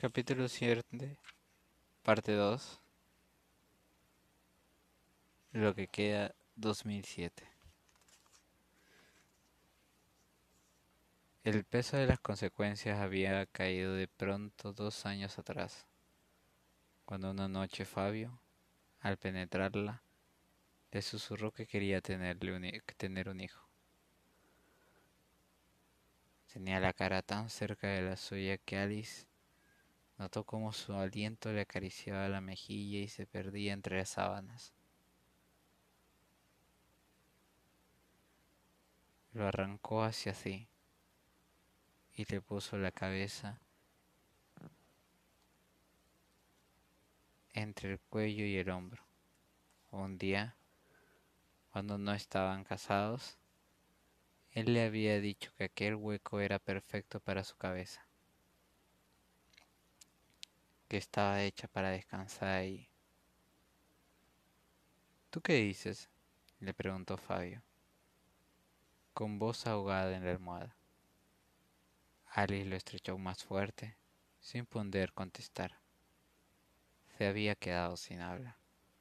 Capítulo 7, parte 2, lo que queda 2007. El peso de las consecuencias había caído de pronto 2 años atrás, cuando una noche Fabio, al penetrarla, le susurró que quería tener un hijo. Tenía la cara tan cerca de la suya que Alice notó cómo su aliento le acariciaba la mejilla y se perdía entre las sábanas. Lo arrancó hacia sí y le puso la cabeza entre el cuello y el hombro. Un día, cuando no estaban casados, él le había dicho que aquel hueco era perfecto para su cabeza, que estaba hecha para descansar ahí. ¿Tú qué dices?, le preguntó Fabio, con voz ahogada en la almohada. Alice lo estrechó más fuerte, sin poder contestar. Se había quedado sin habla.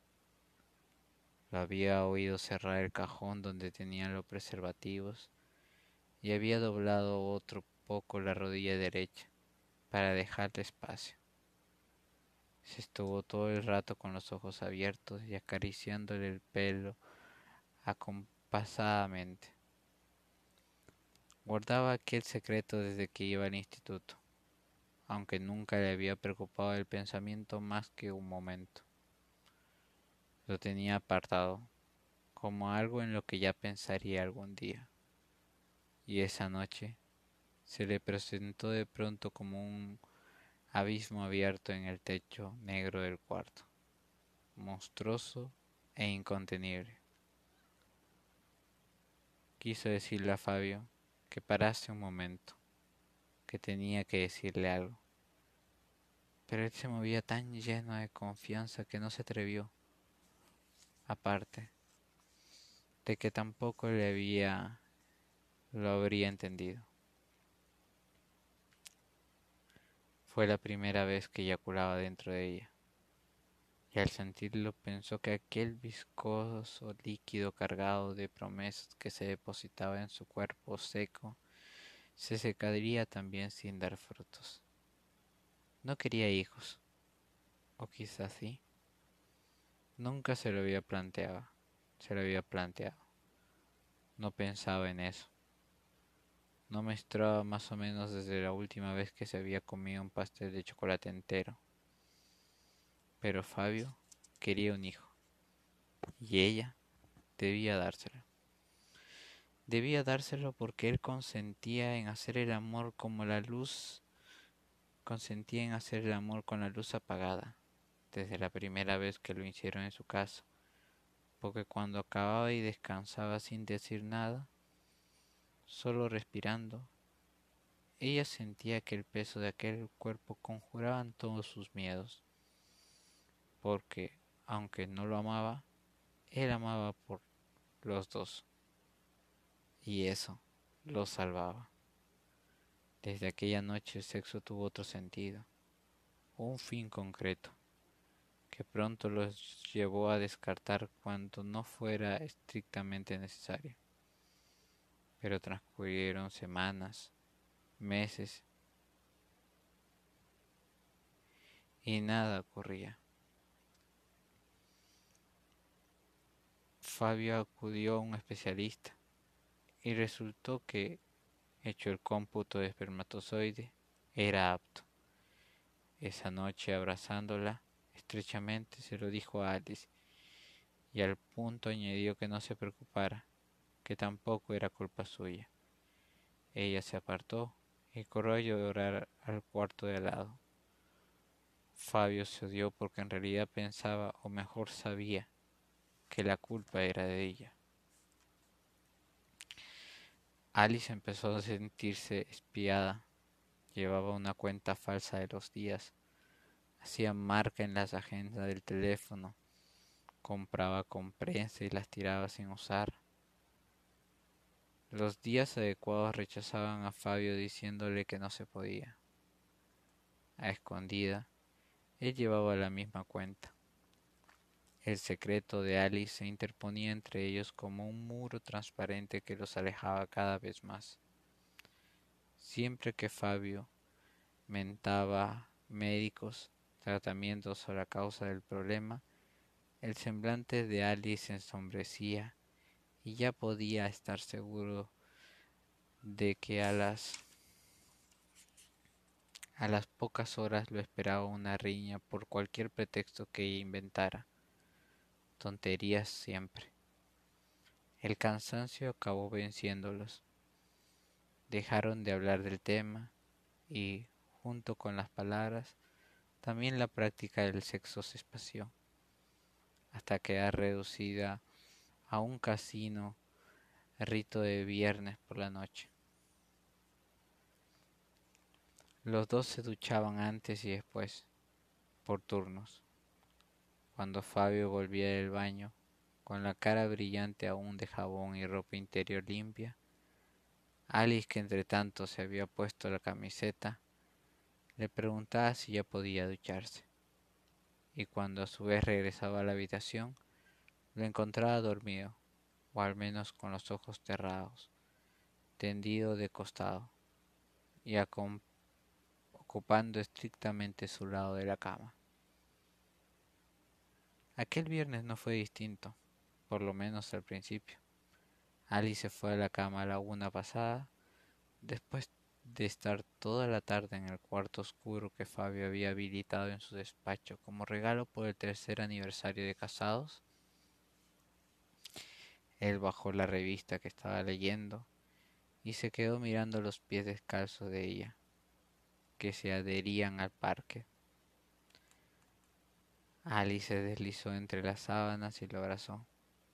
Lo había oído cerrar el cajón donde tenían los preservativos y había doblado otro poco la rodilla derecha para dejarle espacio. Se estuvo todo el rato con los ojos abiertos y acariciándole el pelo acompasadamente. Guardaba aquel secreto desde que iba al instituto, aunque nunca le había preocupado el pensamiento más que un momento. Lo tenía apartado, como algo en lo que ya pensaría algún día. Y esa noche se le presentó de pronto como un abismo abierto en el techo negro del cuarto, monstruoso e incontenible. Quiso decirle a Fabio que parase un momento, que tenía que decirle algo, pero él se movía tan lleno de confianza que no se atrevió, aparte de que tampoco lo habría entendido. Fue la primera vez que eyaculaba dentro de ella, y al sentirlo pensó que aquel viscoso líquido cargado de promesas que se depositaba en su cuerpo seco se secaría también sin dar frutos. No quería hijos, o quizás sí. Nunca se lo había planteado. No pensaba en eso. No menstruaba más o menos desde la última vez que se había comido un pastel de chocolate entero. Pero Fabio quería un hijo, y ella debía dárselo. Debía dárselo porque él consentía en hacer el amor consentía en hacer el amor con la luz apagada, desde la primera vez que lo hicieron en su casa, porque cuando acababa y descansaba sin decir nada, solo respirando, ella sentía que el peso de aquel cuerpo conjuraban todos sus miedos, porque, aunque no lo amaba, él amaba por los dos, y eso lo salvaba. Desde aquella noche el sexo tuvo otro sentido, un fin concreto, que pronto los llevó a descartar cuando no fuera estrictamente necesario. Pero transcurrieron semanas, meses, y nada ocurría. Fabio acudió a un especialista y resultó que, hecho el cómputo de espermatozoide, era apto. Esa noche, abrazándola estrechamente, se lo dijo a Alice, y al punto añadió que no se preocupara, que tampoco era culpa suya. Ella se apartó y corrió a llorar al cuarto de al lado. Fabio se odió porque en realidad pensaba, o mejor sabía, que la culpa era de ella. Alice empezó a sentirse espiada. Llevaba una cuenta falsa de los días. Hacía marca en las agendas del teléfono. Compraba con prensa y las tiraba sin usar. Los días adecuados rechazaban a Fabio diciéndole que no se podía. a escondida, él llevaba la misma cuenta. El secreto de Alice se interponía entre ellos como un muro transparente que los alejaba cada vez más. Siempre que Fabio mentaba médicos, tratamientos o la causa del problema, el semblante de Alice se ensombrecía y ya podía estar seguro de que a las pocas horas lo esperaba una riña por cualquier pretexto que ella inventara. Tonterías siempre. El cansancio acabó venciéndolos. Dejaron de hablar del tema y, junto con las palabras, también la práctica del sexo se espació, hasta quedar reducida a un casino rito de viernes por la noche. Los dos se duchaban antes y después, por turnos. Cuando Fabio volvía del baño, con la cara brillante aún de jabón y ropa interior limpia, Alice, que entre tanto se había puesto la camiseta, le preguntaba si ya podía ducharse, y cuando a su vez regresaba a la habitación, lo encontraba dormido, o al menos con los ojos cerrados, tendido de costado, y ocupando estrictamente su lado de la cama. Aquel viernes no fue distinto, por lo menos al principio. Alice se fue a la cama a la 1 pasada, después de estar toda la tarde en el cuarto oscuro que Fabio había habilitado en su despacho como regalo por el 3er aniversario de casados. Él bajó la revista que estaba leyendo y se quedó mirando los pies descalzos de ella, que se adherían al parque. Alice se deslizó entre las sábanas y lo abrazó.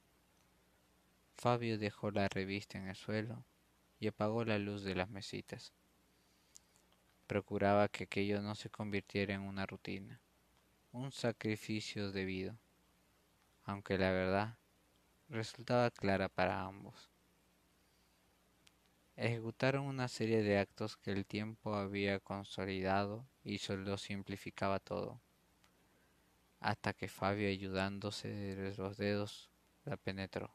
Fabio dejó la revista en el suelo y apagó la luz de las mesitas. Procuraba que aquello no se convirtiera en una rutina, un sacrificio debido, aunque la verdad resultaba clara para ambos. Ejecutaron una serie de actos que el tiempo había consolidado y solo simplificaba todo, hasta que Fabio, ayudándose de los dedos, la penetró.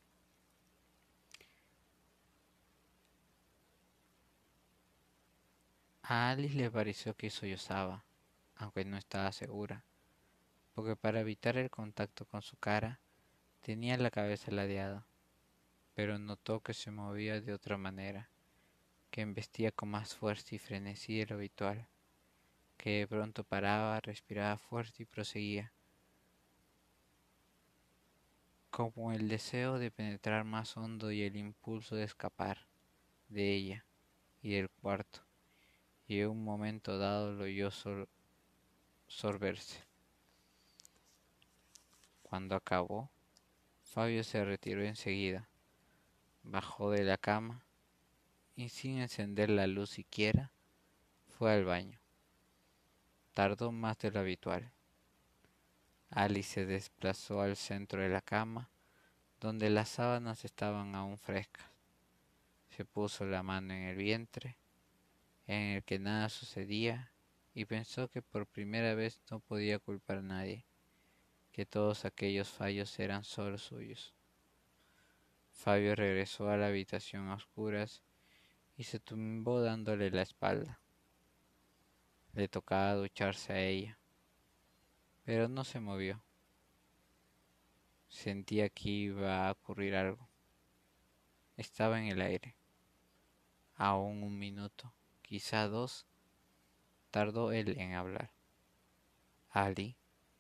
A Alice le pareció que sollozaba, aunque no estaba segura, porque para evitar el contacto con su cara tenía la cabeza ladeada, pero notó que se movía de otra manera, que embestía con más fuerza y frenesí de lo habitual, que de pronto paraba, respiraba fuerte y proseguía, como el deseo de penetrar más hondo y el impulso de escapar de ella y del cuarto, y en un momento dado lo oyó sorberse. Cuando acabó, Fabio se retiró enseguida, bajó de la cama y sin encender la luz siquiera, fue al baño. Tardó más de lo habitual. Alice se desplazó al centro de la cama, donde las sábanas estaban aún frescas. Se puso la mano en el vientre, en el que nada sucedía, y pensó que por primera vez no podía culpar a nadie, que todos aquellos fallos eran solo suyos. Fabio regresó a la habitación a oscuras y se tumbó dándole la espalda. Le tocaba ducharse a ella, pero no se movió. Sentía que iba a ocurrir algo. Estaba en el aire. Aún un minuto, quizá 2, tardó él en hablar. Ali.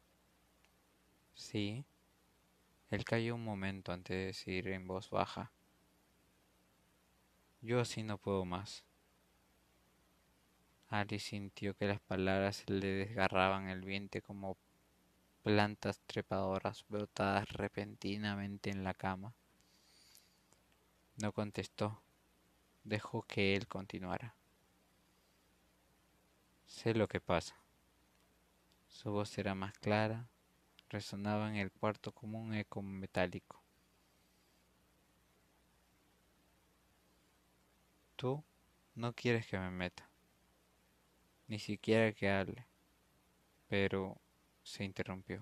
Sí. Él calló un momento antes de decir en voz baja: yo así no puedo más. Ali sintió que las palabras le desgarraban el vientre como plantas trepadoras brotadas repentinamente en la cama. No contestó, dejó que él continuara. Sé lo que pasa. Su voz era más clara, resonaba en el cuarto como un eco metálico. Tú no quieres que me meta. ni siquiera que hable, pero se interrumpió.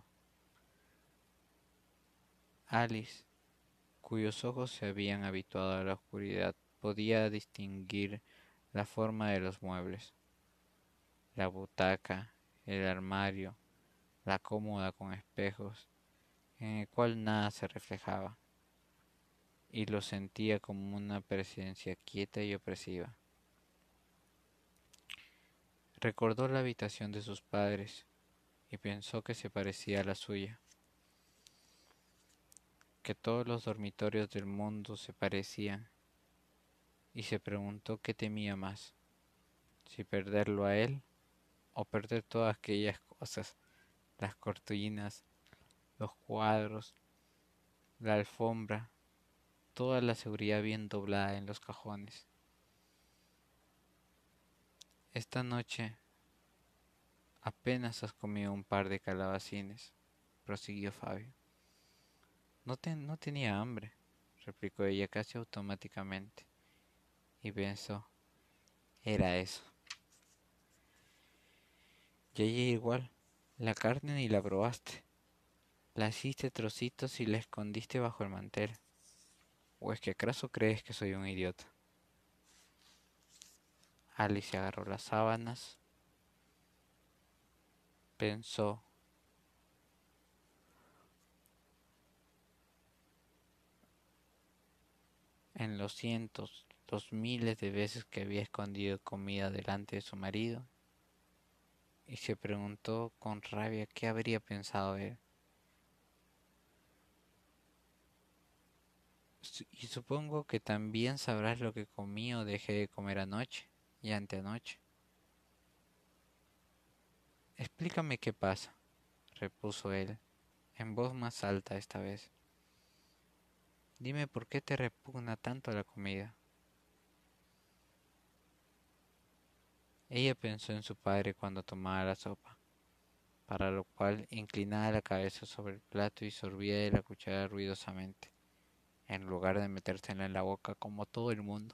Alice, cuyos ojos se habían habituado a la oscuridad, podía distinguir la forma de los muebles, la butaca, el armario, la cómoda con espejos, en el cual nada se reflejaba, y lo sentía como una presencia quieta y opresiva. Recordó la habitación de sus padres y pensó que se parecía a la suya, que todos los dormitorios del mundo se parecían, y se preguntó qué temía más, si perderlo a él o perder todas aquellas cosas, las cortinas, los cuadros, la alfombra, toda la seguridad bien doblada en los cajones. Esta noche apenas has comido un par de calabacines, prosiguió Fabio. No tenía hambre, replicó ella casi automáticamente, y pensó, era eso. Y ella igual, la carne ni la probaste, la hiciste trocitos y la escondiste bajo el mantel. ¿O es que acaso crees que soy un idiota? Alice agarró las sábanas, pensó en los cientos, los miles de veces que había escondido comida delante de su marido y se preguntó con rabia qué habría pensado él. Y supongo que también sabrás lo que comí o dejé de comer anoche y anteanoche. Explícame qué pasa, repuso él, en voz más alta esta vez. Dime por qué te repugna tanto la comida. Ella pensó en su padre cuando tomaba la sopa, para lo cual inclinaba la cabeza sobre el plato y sorbía de la cuchara ruidosamente, en lugar de metérsela en la boca como todo el mundo.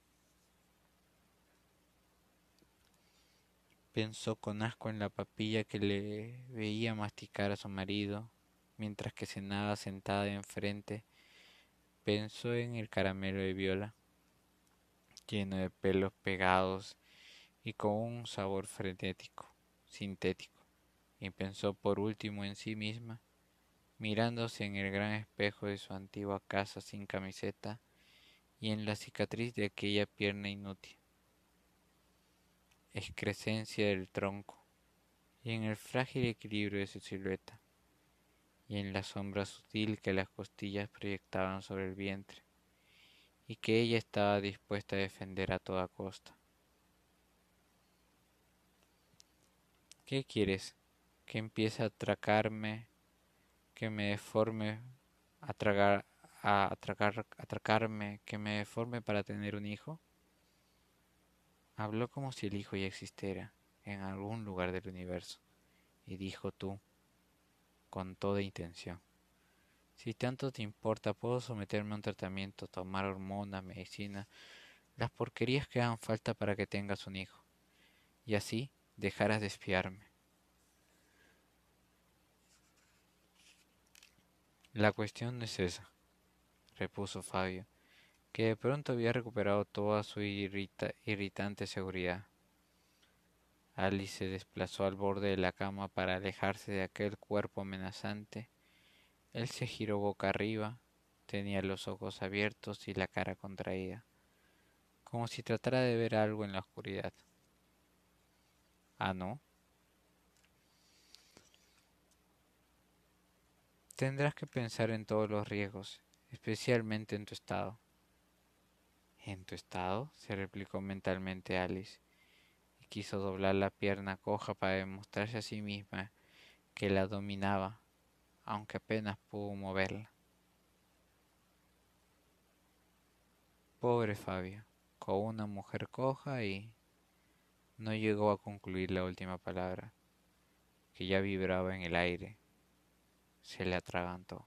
Pensó con asco en la papilla que le veía masticar a su marido, mientras que cenaba sentada enfrente. Pensó en el caramelo de Viola, lleno de pelos pegados y con un sabor frenético, sintético, y pensó por último en sí misma, mirándose en el gran espejo de su antigua casa sin camiseta y en la cicatriz de aquella pierna inútil, excrescencia del tronco, y en el frágil equilibrio de su silueta, y en la sombra sutil que las costillas proyectaban sobre el vientre, y que ella estaba dispuesta a defender a toda costa. ¿Qué quieres? ¿Que empiece a atracarme, que me deforme, atracarme, que me deforme para tener un hijo? Habló como si el hijo ya existiera en algún lugar del universo, y dijo tú, con toda intención. Si tanto te importa, puedo someterme a un tratamiento, tomar hormonas, medicina, las porquerías que hagan falta para que tengas un hijo, y así dejarás de espiarme. La cuestión no es esa, repuso Fabio, que de pronto había recuperado toda su irritante seguridad. Alice se desplazó al borde de la cama para alejarse de aquel cuerpo amenazante. Él se giró boca arriba, tenía los ojos abiertos y la cara contraída, como si tratara de ver algo en la oscuridad. Ah, ¿no? Tendrás que pensar en todos los riesgos, especialmente en tu estado. ¿En tu estado? Se replicó mentalmente Alice, y quiso doblar la pierna coja para demostrarse a sí misma que la dominaba, aunque apenas pudo moverla. Pobre Fabio, con una mujer coja y no llegó a concluir la última palabra, que ya vibraba en el aire. Se le atragantó.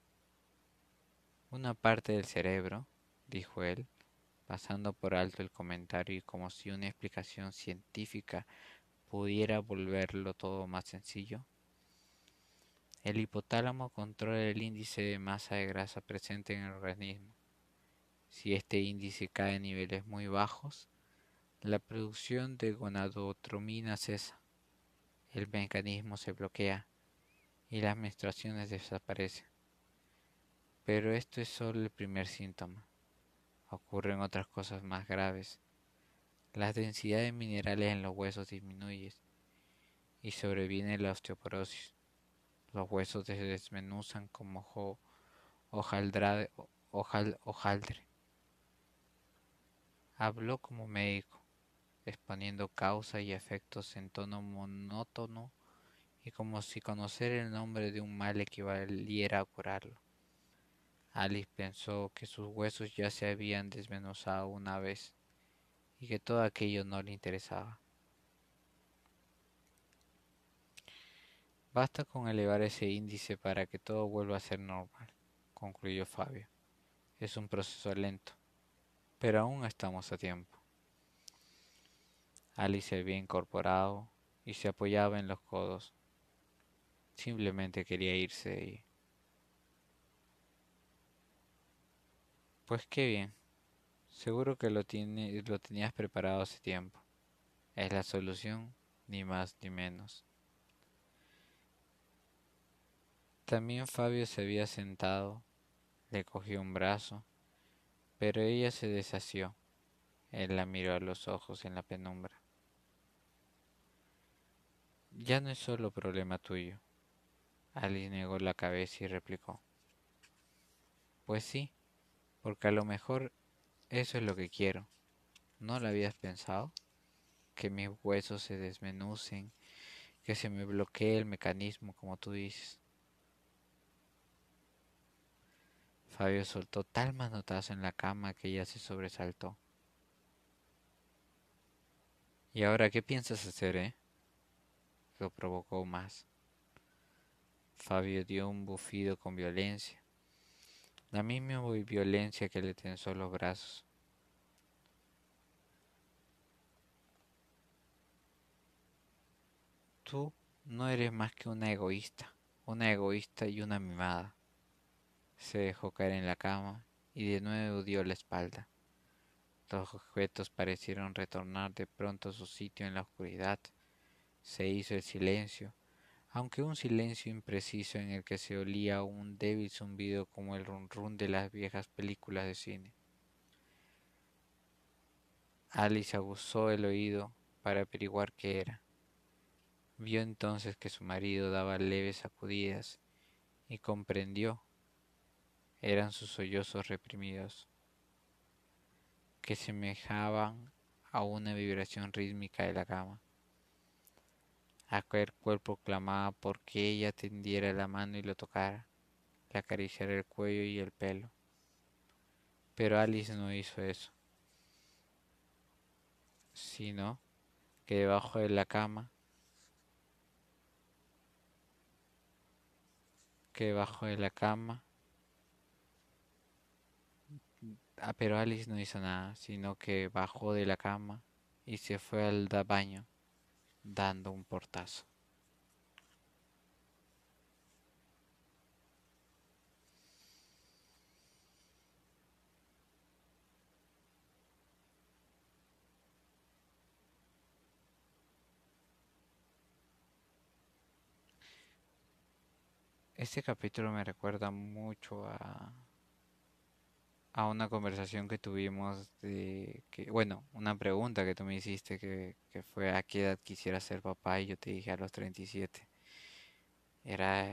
Una parte del cerebro, dijo él, pasando por alto el comentario y como si una explicación científica pudiera volverlo todo más sencillo. El hipotálamo controla el índice de masa de grasa presente en el organismo. Si este índice cae a niveles muy bajos, la producción de gonadotropina cesa, el mecanismo se bloquea y las menstruaciones desaparecen. Pero esto es solo el primer síntoma. Ocurren otras cosas más graves. La densidad de minerales en los huesos disminuye y sobreviene la osteoporosis. Los huesos se desmenuzan como hojaldre. Habló como médico, exponiendo causa y efectos en tono monótono y como si conocer el nombre de un mal equivaliera a curarlo. Alice pensó que sus huesos ya se habían desmenuzado una vez y que todo aquello no le interesaba. Basta con elevar ese índice para que todo vuelva a ser normal, concluyó Fabio. Es un proceso lento, pero aún estamos a tiempo. Alice se había incorporado y se apoyaba en los codos. Simplemente quería irse de ahí. Pues qué bien, seguro que lo tenías preparado hace tiempo. Es la solución, ni más ni menos. También Fabio se había sentado, le cogió un brazo, pero ella se desasió. Él la miró a los ojos en la penumbra. Ya no es solo problema tuyo. Alice negó la cabeza y replicó. Pues sí, porque a lo mejor eso es lo que quiero. ¿No lo habías pensado? Que mis huesos se desmenucen, que se me bloquee el mecanismo, como tú dices. Fabio soltó tal manotazo en la cama que ella se sobresaltó. ¿Y ahora qué piensas hacer, Lo provocó más. Fabio dio un bufido con violencia, la misma violencia que le tensó los brazos. Tú no eres más que una egoísta y una mimada. Se dejó caer en la cama y de nuevo dio la espalda. Los objetos parecieron retornar de pronto a su sitio en la oscuridad. Se hizo el silencio, aunque un silencio impreciso en el que se oía un débil zumbido como el run run de las viejas películas de cine. Alice aguzó el oído para averiguar qué era. Vio entonces que su marido daba leves sacudidas y comprendió. Eran sus sollozos reprimidos, que semejaban a una vibración rítmica de la cama. Aquel cuerpo clamaba porque ella tendiera la mano y lo tocara, le acariciara el cuello y el pelo. Pero Alice no hizo eso, sino que debajo de la cama, pero Alice no hizo nada, sino que bajó de la cama y se fue al baño, dando un portazo. Este capítulo me recuerda mucho a una conversación que tuvimos bueno, una pregunta que tú me hiciste que fue a qué edad quisiera ser papá y yo te dije a los 37. Era,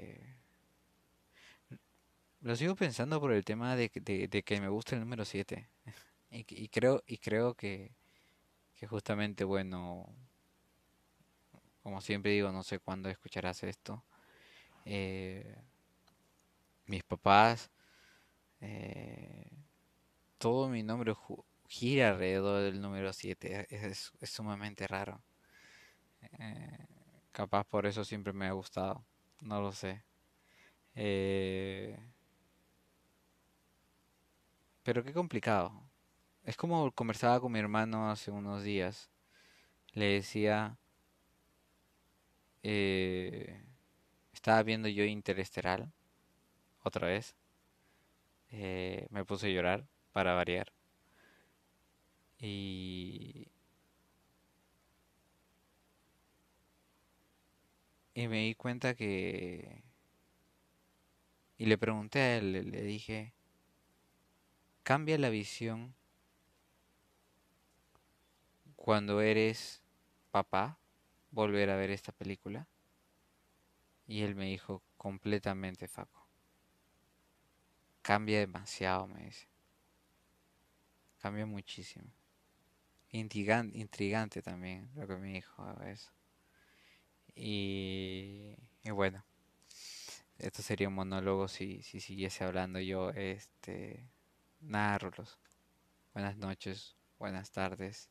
lo sigo pensando por el tema de que me gusta el número 7 y creo que justamente, bueno, como siempre digo, no sé cuándo escucharás esto. eh, Mis papás, eh, todo mi nombre gira alrededor del número 7. Es sumamente raro. Eh, Capaz por eso siempre me ha gustado. No lo sé. Eh, pero qué complicado. Es como conversaba con mi hermano hace unos días. Le decía, eh, estaba viendo yo Interestelar otra vez. Me puse a llorar para variar. Y, y me di cuenta que... Y le pregunté a él, le dije, ¿cambia la visión cuando eres papá volver a ver esta película? Y él me dijo, completamente, Faco. Cambia demasiado, me dice. Cambia muchísimo. Intrigante también lo que me dijo eso. Y bueno, esto sería un monólogo si siguiese hablando yo. Nada, Rulos. Buenas noches, buenas tardes.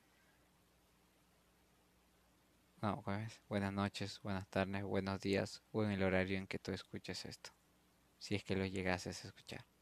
No, ¿cómo es? Buenas noches, buenas tardes, buenos días o en el horario en que tú escuches esto. Si es que lo llegases a escuchar.